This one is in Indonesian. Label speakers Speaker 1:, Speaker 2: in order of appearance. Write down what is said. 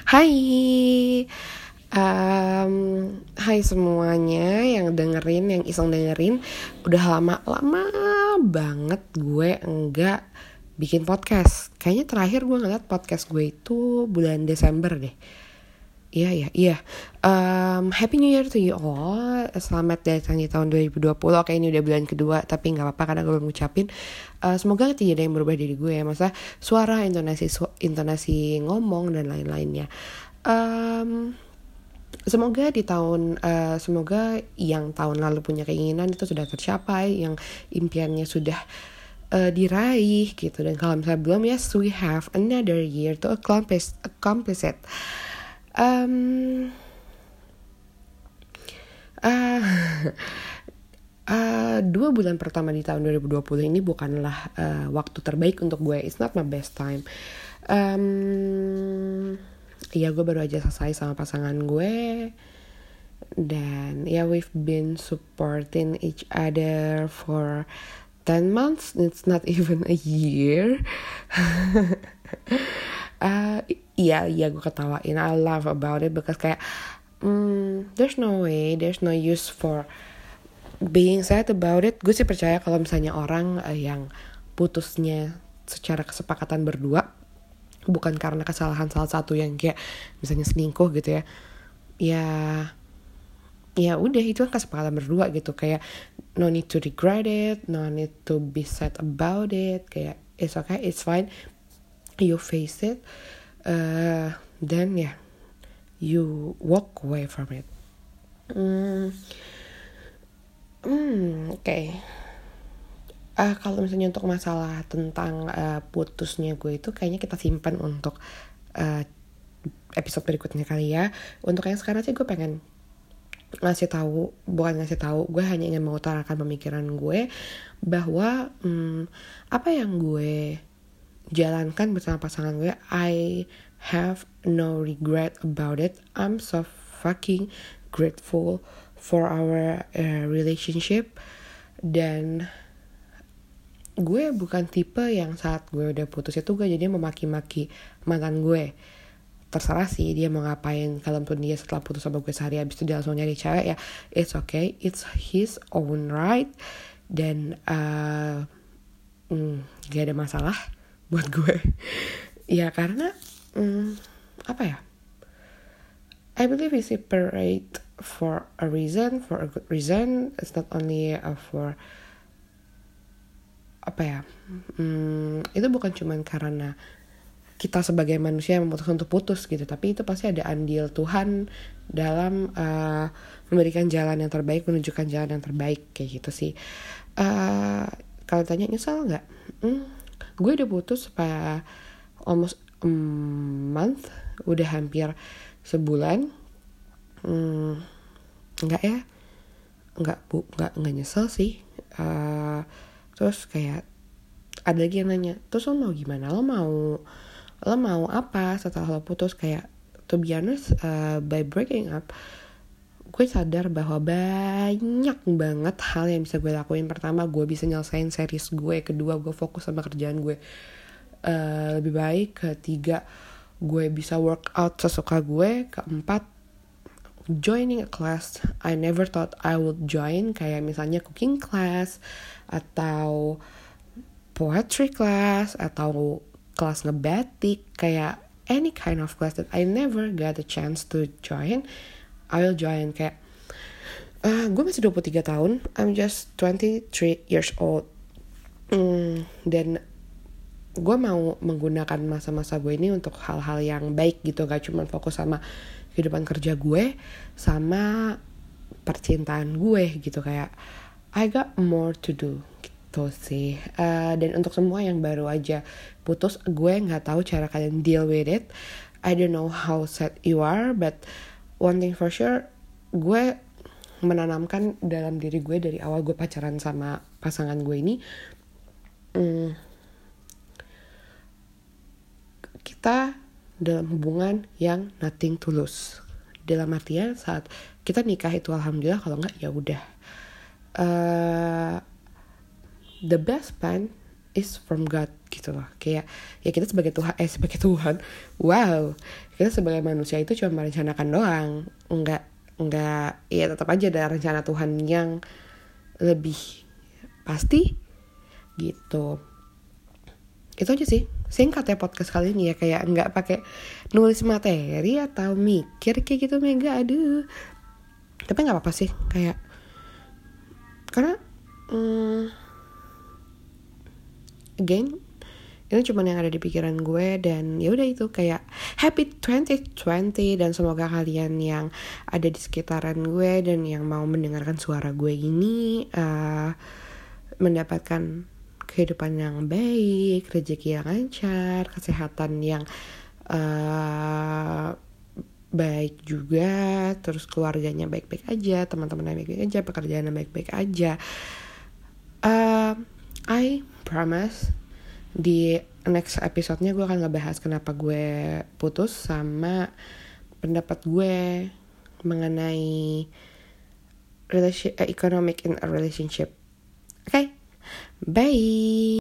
Speaker 1: Hai, hai semuanya yang dengerin, yang iseng dengerin. Udah lama banget gue enggak bikin podcast. Kayaknya terakhir gue ngeliat podcast gue itu bulan Desember deh. Iya. Happy New Year to you all. Selamat datang di tahun 2020. Oke, ini udah bulan kedua, tapi gak apa-apa karena gue belum ngucapin. Semoga tidak ada yang berubah dari gue ya. Masa suara, intonasi ngomong dan lain-lainnya. Semoga semoga yang tahun lalu punya keinginan itu sudah tercapai, yang impiannya sudah diraih gitu. Dan kalau misalnya belum, yes, we have another year to accomplish it. 2 bulan pertama di tahun 2020 ini bukanlah waktu terbaik untuk gue. It's not my best time. Gue baru aja selesai sama pasangan gue. Dan we've been supporting each other for 10 months. It's not even a year. Gue ketawain. I laugh about it because kayak there's no use for being sad about it. Gue sih percaya kalau misalnya orang yang putusnya secara kesepakatan berdua, bukan karena kesalahan salah satu yang kayak misalnya selingkuh gitu ya udah, itu kan kesepakatan berdua gitu. Kayak no need to regret it, no need to be sad about it. Kayak it's okay, it's fine, you face it, then you walk away from it. Okay. Kalau misalnya untuk masalah tentang putusnya gue itu kayaknya kita simpan untuk episode berikutnya kali ya. Untuk yang sekarang sih gue pengen gue hanya ingin mengutarakan pemikiran gue bahwa apa yang gue jalankan bersama pasangan gue, I have no regret about it. I'm so fucking grateful for our relationship. Dan gue bukan tipe yang saat gue udah putus itu gue jadi memaki-maki mantan gue. Terserah sih dia mau ngapain. Kalaupun dia setelah putus sama gue sehari habis itu dia langsung nyari cewek, ya it's okay, it's his own right. Dan gak ada masalah buat gue. Ya karena I believe we separate for a good reason. It's not only for itu bukan cuma karena kita sebagai manusia yang memutuskan untuk putus gitu, tapi itu pasti ada andil Tuhan dalam memberikan jalan yang terbaik, menunjukkan jalan yang terbaik, kayak gitu sih. Kalau tanya nyesel nggak? Gue udah putus almost a month, udah hampir sebulan. Nggak nyesel sih. Terus kayak ada lagi yang nanya, terus lo mau gimana? Lo mau apa setelah lo putus? Kayak to be honest, by breaking up, gue sadar bahwa banyak banget hal yang bisa gue lakuin. Pertama, gue bisa nyelesain series gue. Kedua, gue fokus sama kerjaan gue lebih baik. Ketiga, gue bisa workout sesuka gue. Keempat, joining a class I never thought I would join, kayak misalnya cooking class atau poetry class atau kelas ngebatik, kayak any kind of class that I never got a chance to join, I will join. Kayak gue masih 23 tahun, I'm just 23 years old. Dan gue mau menggunakan masa-masa gue ini untuk hal-hal yang baik gitu, gak cuma fokus sama kehidupan kerja gue sama percintaan gue gitu. Kayak I got more to do gitu sih. Dan untuk semua yang baru aja putus, gue nggak tahu cara kalian deal with it. I don't know how sad you are, but one thing for sure, gue menanamkan dalam diri gue dari awal gue pacaran sama pasangan gue ini, kita dalam hubungan yang nothing to lose. Dalam artian saat kita nikah itu alhamdulillah, kalau enggak ya udah. The best plan is from God gitu loh. Kayak ya kita sebagai Tuhan, wow, kita sebagai manusia itu cuma merencanakan doang, enggak ya tetap aja ada rencana Tuhan yang lebih pasti gitu. Itu aja sih, singkat ya podcast kali ini ya, kayak nggak pakai nulis materi atau mikir kayak gitu Mega, aduh. Tapi nggak apa-apa sih, kayak karena again ini cuma yang ada di pikiran gue, dan ya udah itu kayak happy 2020, dan semoga kalian yang ada di sekitaran gue dan yang mau mendengarkan suara gue ini mendapatkan kehidupan yang baik, rezeki yang lancar, kesehatan yang baik juga, terus keluarganya baik-baik aja, teman-temannya baik-baik aja, pekerjaannya baik-baik aja. I promise di next episode-nya gue akan ngebahas kenapa gue putus sama pendapat gue mengenai economic in a relationship. Okay, bye.